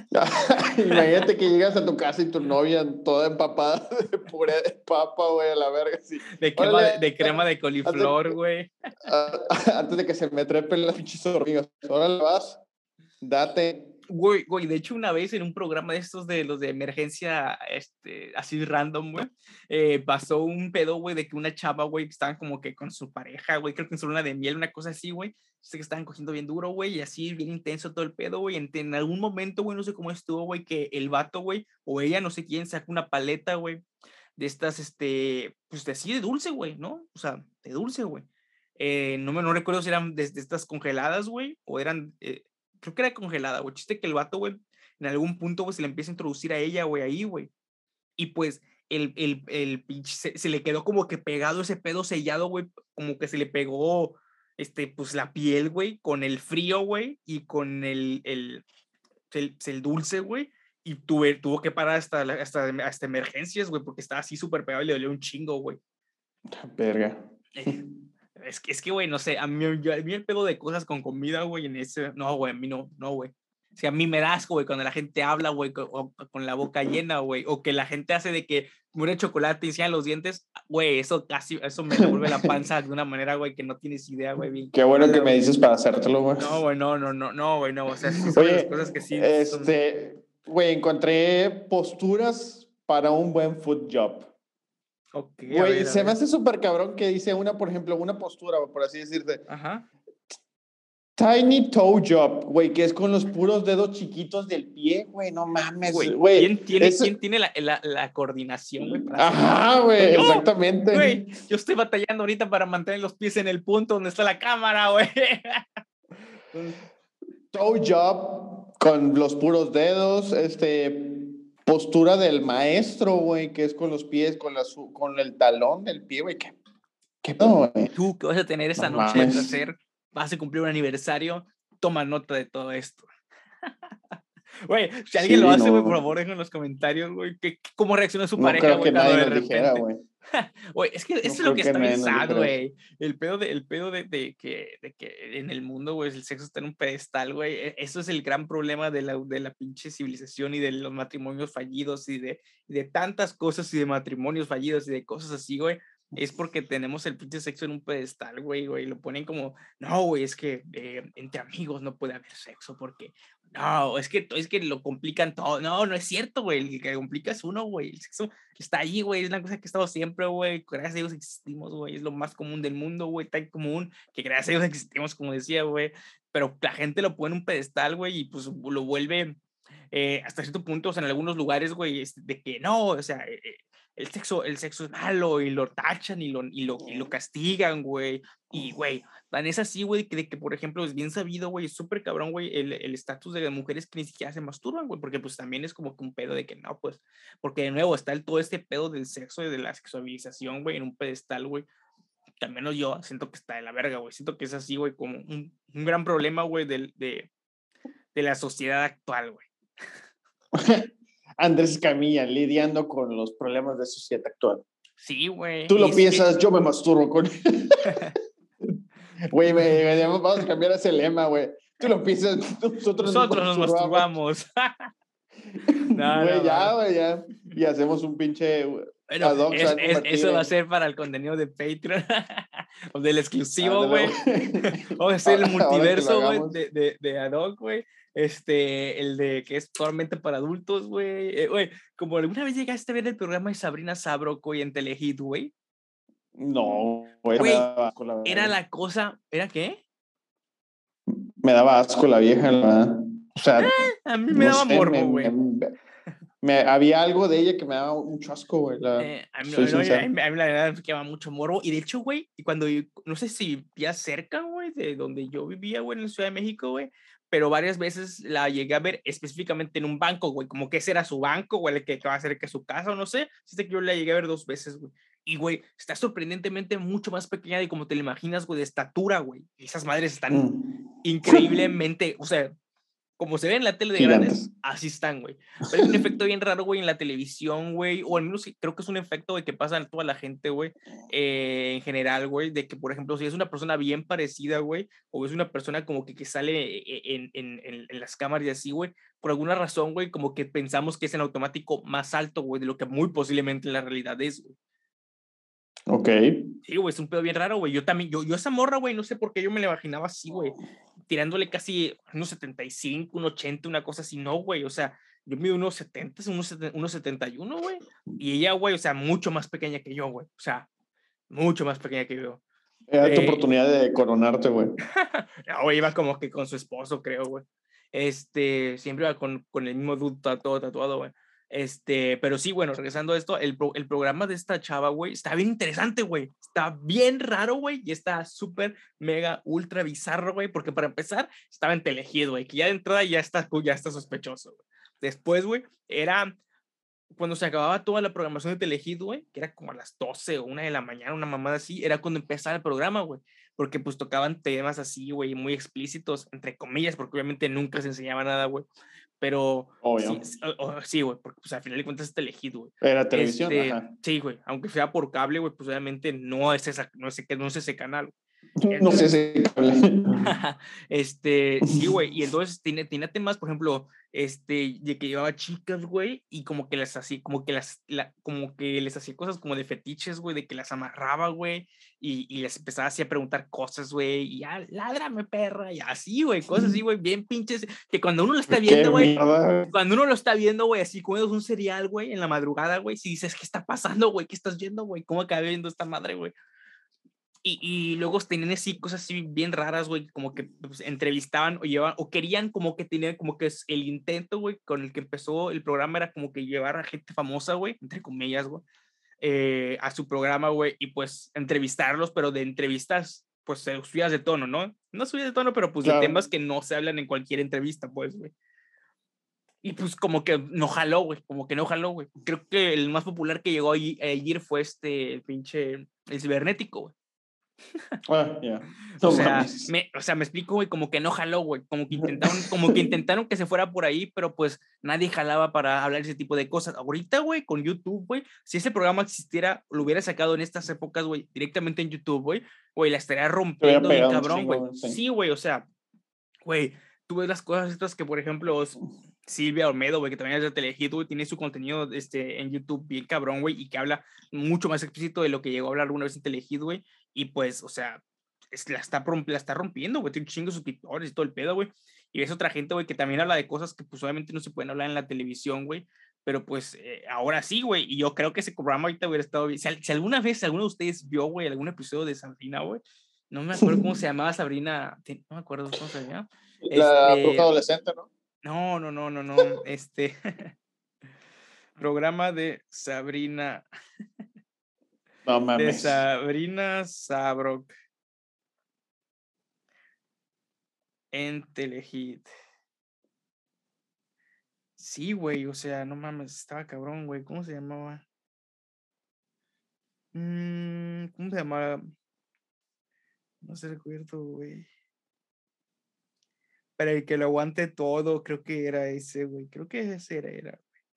Imagínate que llegas a tu casa y tu novia toda empapada de puré de papa, güey, a la verga, sí. De crema de coliflor, güey. Antes de que se me trepen las pinches hormigas. Órale, vas, date. Güey, de hecho una vez en un programa de estos de los de emergencia, así random, güey, pasó un pedo, güey, de que una chava, güey, que estaban como que con su pareja, güey, creo que en su luna de miel, una cosa así, güey, sé que estaban cogiendo bien duro, güey, y así bien intenso todo el pedo, güey, en algún momento, güey, no sé cómo estuvo, güey, que el vato, güey, o ella, no sé quién, sacó una paleta, güey, de estas, pues así de dulce, güey, ¿no? O sea, de dulce, güey. No recuerdo si eran de estas congeladas, güey, o eran... creo que era congelada, güey. Chiste que el vato, güey, en algún punto, güey, se le empieza a introducir a ella, güey, ahí, güey. Y pues el pinche se le quedó como que pegado ese pedo sellado, güey, como que se le pegó, pues la piel, güey, con el frío, güey, y con el dulce, güey. Y tuvo que parar hasta emergencias, güey, porque estaba así súper pegado y le dolió un chingo, güey. Verga. Es que, güey, no sé, a mí el pedo de cosas con comida, güey, no, güey, a mí no, güey. Si a mí me da asco, güey, cuando la gente habla, güey, con la boca llena, güey, o que la gente hace de que muere chocolate y enseña los dientes, güey, eso me revuelve la panza de una manera, güey, que no tienes idea, güey, bien. Qué bueno que me dices para hacértelo, güey. No, güey, no, güey, no, o sea, sí son las cosas que sí son... Güey, encontré posturas para un buen foot job. Ok, güey, se me hace súper cabrón que dice por ejemplo, una postura, por así decirte. Ajá. Tiny toe job, güey, que es con los puros dedos chiquitos del pie, güey, no mames, güey. ¿Quién tiene la coordinación, güey? Ajá, güey, exactamente. Güey, yo estoy batallando ahorita para mantener los pies en el punto donde está la cámara, güey. Toe job con los puros dedos, postura del maestro, güey, que es con los pies, con el talón del pie, güey. ¿Qué pedo, güey? Tú que vas a tener esta noche de placer, vas a cumplir un aniversario, toma nota de todo esto. Güey, si alguien lo hace, güey, por favor, dejen en los comentarios, güey, cómo reacciona su pareja, güey, cuando de repente. Güey, es que eso es lo que está pensando, güey. El pedo de que en el mundo, güey, el sexo está en un pedestal, güey. Eso es el gran problema de la pinche civilización y de los matrimonios fallidos y de tantas cosas y de matrimonios fallidos y de cosas así, güey. Es porque tenemos el pinche sexo en un pedestal, güey. Lo ponen como, no, güey, es que entre amigos no puede haber sexo porque, no, es que lo complican todo. No, no es cierto, güey. El que complica es uno, güey. El sexo está ahí, güey. Es una cosa que ha estado siempre, güey. Gracias a Dios existimos, güey. Es lo más común del mundo, güey. Tan común que gracias a Dios existimos, como decía, güey. Pero la gente lo pone en un pedestal, güey, y pues lo vuelve hasta cierto punto, o sea, en algunos lugares, güey, de que no, o sea, el sexo es malo y lo tachan y lo castigan, güey. Y, güey, tan es así, güey, de que, por ejemplo, es bien sabido, güey, es súper cabrón, güey, el estatus de las mujeres que ni siquiera se masturban, güey, porque pues también es como que un pedo de que no, pues, porque de nuevo está todo este pedo del sexo y de la sexualización, güey, en un pedestal, güey. Que al menos yo siento que está de la verga, güey. Siento que es así, güey, como un gran problema, güey, de la sociedad actual, güey. Andrés Camilla lidiando con los problemas de sociedad actual. Sí, güey. Tú lo piensas, yo me masturbo con... Güey, vamos a cambiar ese lema, güey. Tú lo piensas, nosotros nos masturbamos. Güey, ya. Y hacemos un pinche... Bueno, eso va a ser para el contenido de Patreon. O del exclusivo, güey. Vamos a hacer el multiverso, güey, de ad hoc, güey. El de que es totalmente para adultos, güey. Güey, como alguna vez llegaste a ver el programa de Sabrina Sabrok, güey, en Telehit, güey. No, güey, me daba asco, la verdad. Era la cosa, ¿era qué? Me daba asco la vieja, la verdad. O sea, a mí me daba morbo, güey. Había algo de ella que me daba mucho asco, güey. A mí la verdad me quedaba mucho morbo. Y de hecho, güey, cuando, no sé si ya cerca, güey, de donde yo vivía, güey, en la Ciudad de México, güey, pero varias veces la llegué a ver específicamente en un banco, güey, como que ese era su banco, güey, el que va a ser que su casa, o no sé. Sé que yo la llegué a ver 2 veces, güey. Y, güey, está sorprendentemente mucho más pequeña de como te la imaginas, güey, de estatura, güey. Esas madres están increíblemente, o sea, como se ve en la tele de grandes, así están, güey. Pero hay un efecto bien raro, güey, en la televisión, güey, o al menos creo que es un efecto, güey, que pasa en toda la gente, güey, en general, güey, de que, por ejemplo, si es una persona bien parecida, güey, o es una persona como que sale en las cámaras y así, güey, por alguna razón, güey, como que pensamos que es en automático más alto, güey, de lo que muy posiblemente en la realidad es, güey. Ok. Sí, güey, es un pedo bien raro, güey. Yo también, yo esa morra, güey, no sé por qué yo me la imaginaba así, güey, tirándole casi unos 75, 1,80, una cosa así, no, güey, o sea, yo mido unos 70, unos 71, güey, y ella, güey, o sea, mucho más pequeña que yo, güey, o sea, mucho más pequeña que yo. Era tu oportunidad de coronarte, güey. No, güey, iba como que con su esposo, creo, güey. Siempre iba con el mismo dude todo tatuado, güey. Pero sí, bueno, regresando a esto, el programa de esta chava, güey, está bien interesante, güey. Está bien raro, güey, y está súper, mega, ultra bizarro, güey, porque para empezar, estaba en Telehit, güey, que ya de entrada ya está sospechoso, güey. Después, güey, era cuando se acababa toda la programación de Telehit, güey, que era como a las 12 o 1 de la mañana, una mamada así, era cuando empezaba el programa, güey, porque pues tocaban temas así, güey, muy explícitos, entre comillas, porque obviamente nunca se enseñaba nada, güey. Pero sí, güey, porque pues al final de cuentas es Telehit, güey. Era televisión, ajá. Sí, güey, aunque sea por cable, güey, pues obviamente no es ese canal. No sé ese cable. Sí, güey, y entonces tenía temas, por ejemplo, de que llevaba chicas, güey, y como que les hacía, como que les hacía cosas como de fetiches, güey, de que las amarraba, güey, y les empezaba así a preguntar cosas, güey, y ya, ládrame, perra, y así, güey, cosas así, güey, bien pinches, que cuando uno lo está viendo, güey, así comiendo un cereal, güey, en la madrugada, güey, si dices, ¿qué está pasando, güey? ¿Qué estás viendo, güey? ¿Cómo acabé viendo esta madre, güey? Y luego tenían así cosas así bien raras, güey, como que pues, entrevistaban o llevaban, o querían como que tenían, como que es el intento, güey, con el que empezó el programa era como que llevar a gente famosa, güey, entre comillas, güey, a su programa, güey, y pues entrevistarlos, pero de entrevistas, pues subidas de tono, ¿no? No subidas de tono, pero pues de temas que no se hablan en cualquier entrevista, pues, güey. Y pues como que no jaló, güey, Creo que el más popular que llegó ayer fue el pinche, el cibernético, güey. Yeah. O sea, me explico, güey, como que no jaló, güey, como que intentaron que se fuera por ahí, pero pues nadie jalaba para hablar ese tipo de cosas. Ahorita, güey, con YouTube, güey, si ese programa existiera, lo hubiera sacado en estas épocas, güey, directamente en YouTube, güey, la estaría rompiendo bien cabrón, güey. Sí, güey, o sea, güey, tú ves las cosas estas que, por ejemplo, Silvia Olmedo, güey, que también es de Telehit, güey, tiene su contenido en YouTube bien cabrón, güey, y que habla mucho más explícito de lo que llegó a hablar alguna vez en Telehit, güey, y pues, o sea, la está rompiendo, güey, tiene un chingo de suscriptores y todo el pedo, güey, y ves otra gente, güey, que también habla de cosas que, pues, obviamente no se pueden hablar en la televisión, güey, pero, pues, ahora sí, güey, y yo creo que ese programa ahorita hubiera estado bien. Si alguna vez alguno de ustedes vio, güey, algún episodio de Sabrina, güey, no me acuerdo cómo se llamaba Sabrina, no me acuerdo cómo se llama. La bruja adolescente, ¿no? No. Programa de Sabrina. No mames. De Sabrina Sabrok. En Telehit. Sí, güey, o sea, no mames, estaba cabrón, güey. ¿Cómo se llamaba? ¿Cómo se llamaba? No se recuerdo, güey. Para el que lo aguante todo, creo que era ese, güey. Creo que ese era,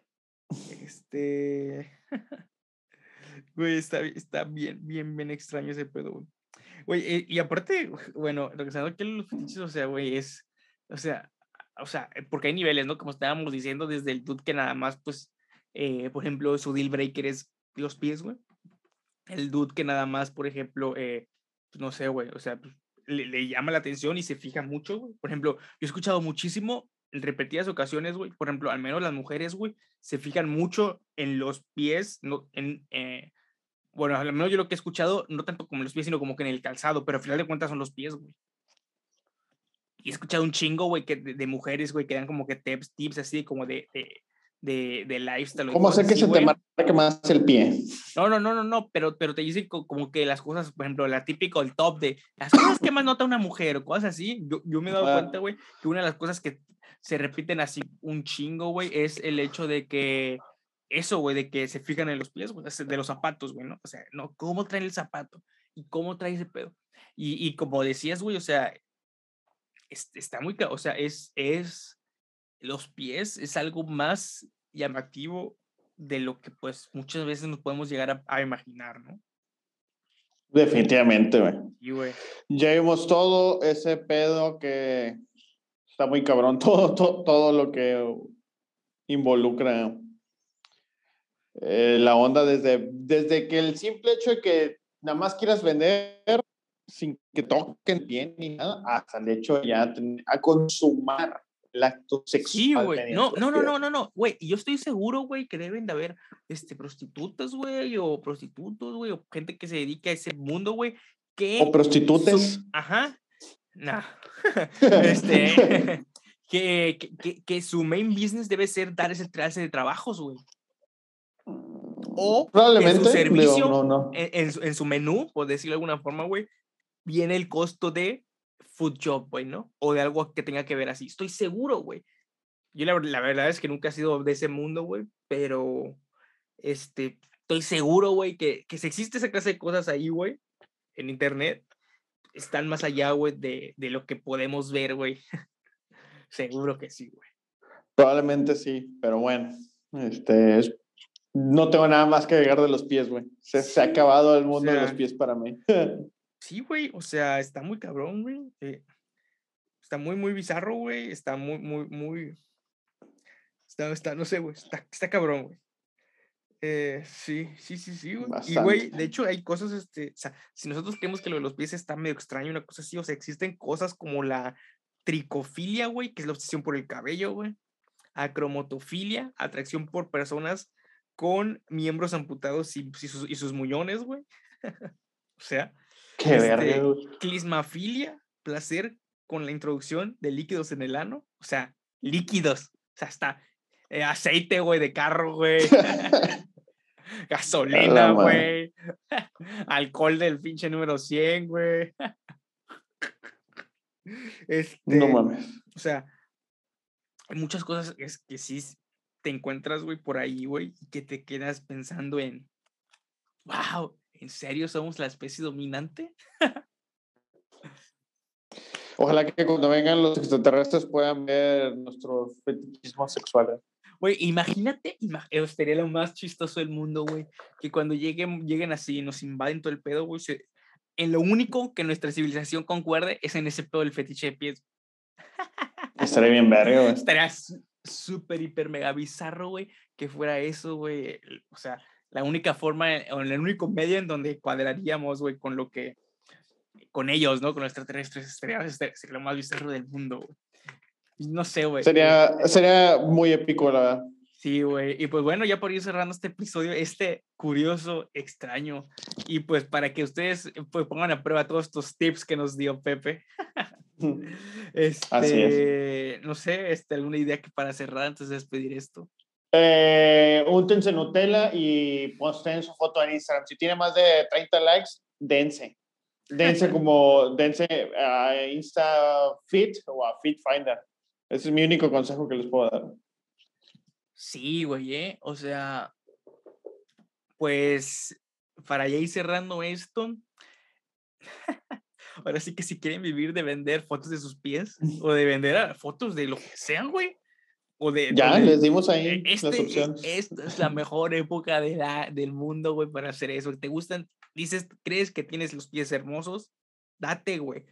güey. Güey, está bien extraño ese pedo, güey. Güey, y aparte, bueno, regresando aquí a los fetiches, o sea, güey, o sea, porque hay niveles, ¿no? Como estábamos diciendo, desde el dude que nada más, pues, por ejemplo, su deal breaker es los pies, güey. El dude que nada más, por ejemplo, pues, no sé, güey, o sea, pues, le llama la atención y se fija mucho, güey. Por ejemplo, yo he escuchado muchísimo en repetidas ocasiones, güey, por ejemplo, al menos las mujeres, güey, se fijan mucho en los pies, no, bueno, al menos yo lo que he escuchado, no tanto como en los pies, sino como que en el calzado, pero al final de cuentas son los pies, güey. Y he escuchado un chingo, güey, de mujeres, güey, que dan como que tips así como de lifestyle. ¿Cómo sé que se te marca más el pie? No, pero te dicen como que las cosas, por ejemplo, la típica, el top de las cosas que más nota una mujer o cosas así. Yo me he dado cuenta, güey, que una de las cosas que se repiten así un chingo, güey, es el hecho de que eso, güey, de que se fijan en los pies, güey, de los zapatos, güey, ¿no? O sea, no, cómo traen el zapato y cómo trae ese pedo. Y como decías, güey, o sea, está muy, o sea, los pies es algo más llamativo de lo que pues muchas veces nos podemos llegar a imaginar, ¿no? Definitivamente, güey. Sí, güey. Ya vimos todo ese pedo que está muy cabrón, todo lo que involucra la onda desde que el simple hecho de que nada más quieras vender sin que toquen bien ni nada, hasta el hecho de ya a consumar el acto sexual. Sí, güey. No, güey. Y yo estoy seguro, güey, que deben de haber prostitutas, güey, o prostitutos, güey, o gente que se dedica a ese mundo, güey. O prostitutes. Ajá. No. que su main business debe ser dar ese clase de trabajos, güey. O probablemente, en su servicio, digo, no. En su menú, por decirlo de alguna forma, güey, viene el costo de food job, güey, ¿no? O de algo que tenga que ver así. Estoy seguro, güey. Yo la verdad es que nunca he sido de ese mundo, güey, pero estoy seguro, güey, que si existe esa clase de cosas ahí, güey, en internet, están más allá, güey, de lo que podemos ver, güey. Seguro que sí, güey. Probablemente sí, pero bueno, no tengo nada más que agregar de los pies, güey. Se ha acabado el mundo de los pies para mí. Sí, güey, o sea, está muy cabrón, güey. Está muy, muy bizarro, güey. Está muy, muy, muy... no sé, güey. Está cabrón, güey. Sí, güey. Y, güey, de hecho, hay cosas, o sea, si nosotros creemos que lo de los pies está medio extraño, una cosa así, o sea, existen cosas como la tricofilia, güey, que es la obsesión por el cabello, güey. Acromotofilia, atracción por personas con miembros amputados y sus muñones, güey. O sea, qué verga, clismafilia, placer con la introducción de líquidos en el ano, o sea, líquidos, o sea, hasta aceite, güey, de carro, güey. Gasolina, güey. Alcohol del pinche número 100, güey. No mames. O sea, hay muchas cosas que sí te encuentras, güey, por ahí, güey, y que te quedas pensando en, wow, ¿en serio somos la especie dominante? Ojalá que cuando vengan los extraterrestres puedan ver nuestros fetichismos sexuales. Güey, imagínate, sería lo más chistoso del mundo, güey, que cuando lleguen así y nos invaden todo el pedo, güey, en lo único que nuestra civilización concuerde es en ese pedo del fetiche de pies. Estaría bien verga, güey. Estaría súper, hiper, mega bizarro, güey, que fuera eso, güey. O sea, la única forma, o el único medio en donde cuadraríamos, güey, con ellos, ¿no? Con los extraterrestres, sería lo más bizarro del mundo, güey. No sé, güey. Sería muy épico, la verdad. Sí, güey. Y pues bueno, ya por ir cerrando este episodio, curioso, extraño, y pues para que ustedes pues, pongan a prueba todos estos tips que nos dio Pepe. Así es. No sé, alguna idea que para cerrar antes de despedir esto. Úntense Nutella y posten su foto en Instagram. Si tiene más de 30 likes, dense. Dense a Insta Fit o a Fit Finder. Ese es mi único consejo que les puedo dar. Sí, güey, o sea, pues para ya ir cerrando esto, ahora sí que si quieren vivir de vender fotos de sus pies o de vender fotos de lo que sean, güey. Les dimos ahí las opciones. Esta es la mejor época del mundo, güey, para hacer eso. ¿Te gustan? ¿Crees que tienes los pies hermosos? Date, güey.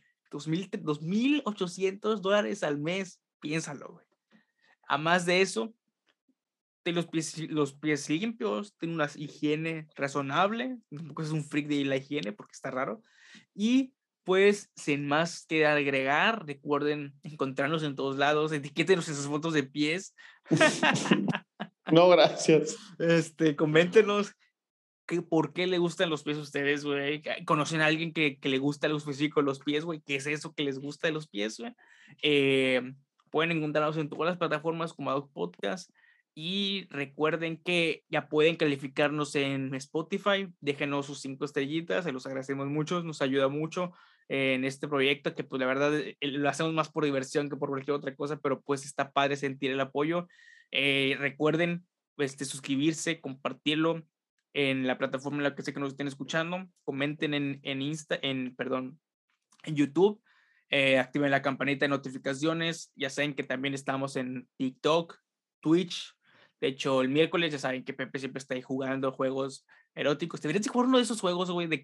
$2,800 al mes. Piénsalo, güey. A más de eso, los pies limpios, tienen una higiene razonable. Tampoco es un freak de la higiene porque está raro. Y pues, sin más que agregar, recuerden encontrarnos en todos lados, etiquétenos en sus fotos de pies. No, gracias. Coméntenos por qué le gustan los pies a ustedes, güey. ¿Conocen a alguien que le gusta algo específico de los pies, güey? ¿Qué es eso que les gusta de los pies, güey? Pueden encontrarnos en todas las plataformas como Adoc Podcast. Y recuerden que ya pueden calificarnos en Spotify. Déjenos sus 5 estrellitas, se los agradecemos mucho, nos ayuda mucho en este proyecto que pues la verdad lo hacemos más por diversión que por cualquier otra cosa, pero pues está padre sentir el apoyo. Recuerden suscribirse, compartirlo en la plataforma en la que sé que nos estén escuchando. Comenten en YouTube. Activen la campanita de notificaciones. Ya saben que también estamos en TikTok, Twitch. De hecho, el miércoles ya saben que Pepe siempre está ahí jugando juegos eróticos. Deberías jugar uno de esos juegos, güey, de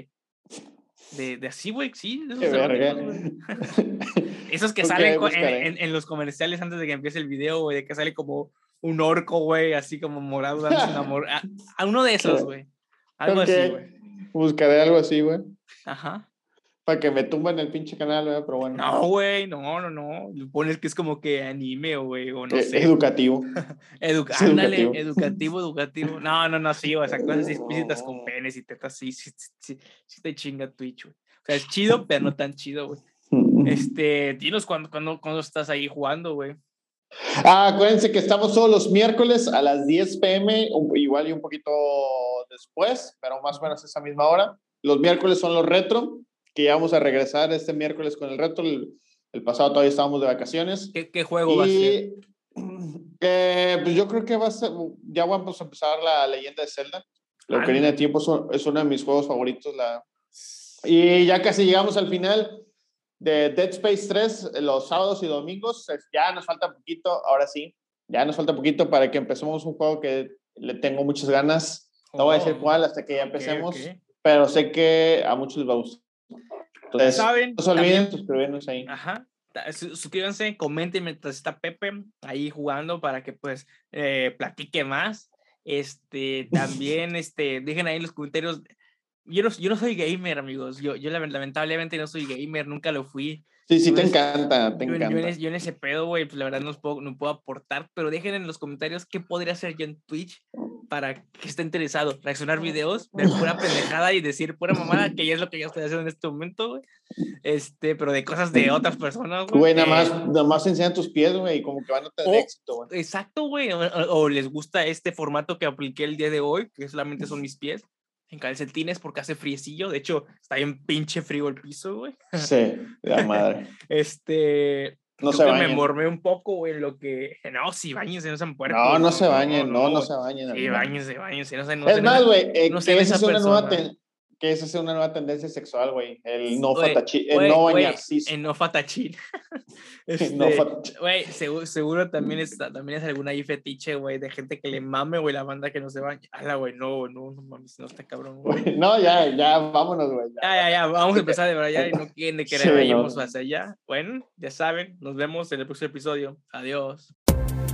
así, güey, sí. De esos eróticos, güey. Esos que salen en los comerciales antes de que empiece el video, güey, de que sale como un orco, güey, así como morado, dándose un amor. A uno de esos, güey. Algo así, güey. Buscaré algo así, güey. Ajá. Para que me tumben el pinche canal, güey, pero bueno. No, güey, no. Pones que es como que anime, güey, o no sé. Educativo. Ándale, educativo. No, sí, o sea, cosas explícitas con penes y tetas, sí te chinga Twitch, güey. O sea, es chido, pero no tan chido, güey. Dinos cuando estás ahí jugando, güey. Acuérdense que estamos todos los miércoles a las 10 p.m., igual y un poquito después, pero más o menos a esa misma hora. Los miércoles son los retro, que ya vamos a regresar este miércoles con el retro. El pasado todavía estábamos de vacaciones. ¿Qué juego va a ser? Pues yo creo que ya vamos a empezar la leyenda de Zelda. La Ocarina de Tiempo es uno de mis juegos favoritos. Y ya casi llegamos al final de Dead Space 3, los sábados y domingos. Ya nos falta poquito, ahora sí. Ya nos falta poquito para que empecemos un juego que le tengo muchas ganas. No voy a decir cuál hasta que ya empecemos, pero sé que a muchos les va a gustar. Entonces, ¿saben? No se olviden suscribirnos ahí. Ajá. Suscríbanse, comenten mientras está Pepe ahí jugando para que pues platique más. También dejen ahí en los comentarios. Yo no soy gamer, amigos. Yo lamentablemente no soy gamer, nunca lo fui. Sí, te encanta, Yo en ese pedo, güey, pues la verdad no puedo aportar, pero dejen en los comentarios qué podría hacer yo en Twitch para que esté interesado. Reaccionar videos, ver pura pendejada y decir pura mamada, que ya es lo que yo estoy haciendo en este momento, güey. Pero de cosas de otras personas, güey. Güey, nada más enseñan tus pies, güey, como que van a tener éxito, güey. Exacto, güey. O les gusta este formato que apliqué el día de hoy, que solamente son mis pies en calcetines porque hace friecillo. De hecho, está bien pinche frío el piso, güey. Sí, la madre. No se bañen. Me mormé un poco, güey, en lo que... No, sí, bañense, no sean puercos. No se bañen, no se bañen. Sí, bañense. Es más, güey, que esa es una nueva tendencia sexual, güey. El no fatachín. El no bañarcismo. El no fatachín. Güey, seguro también es alguna ahí fetiche, güey, de gente que le mame, güey, la banda que no se baña. Ala, güey, no mames, no está cabrón, güey. No, ya, vámonos, güey. Ya, vamos a empezar de verdad ya y no quieren de querer vayamos hacia allá. Bueno, ya saben, nos vemos en el próximo episodio. Adiós.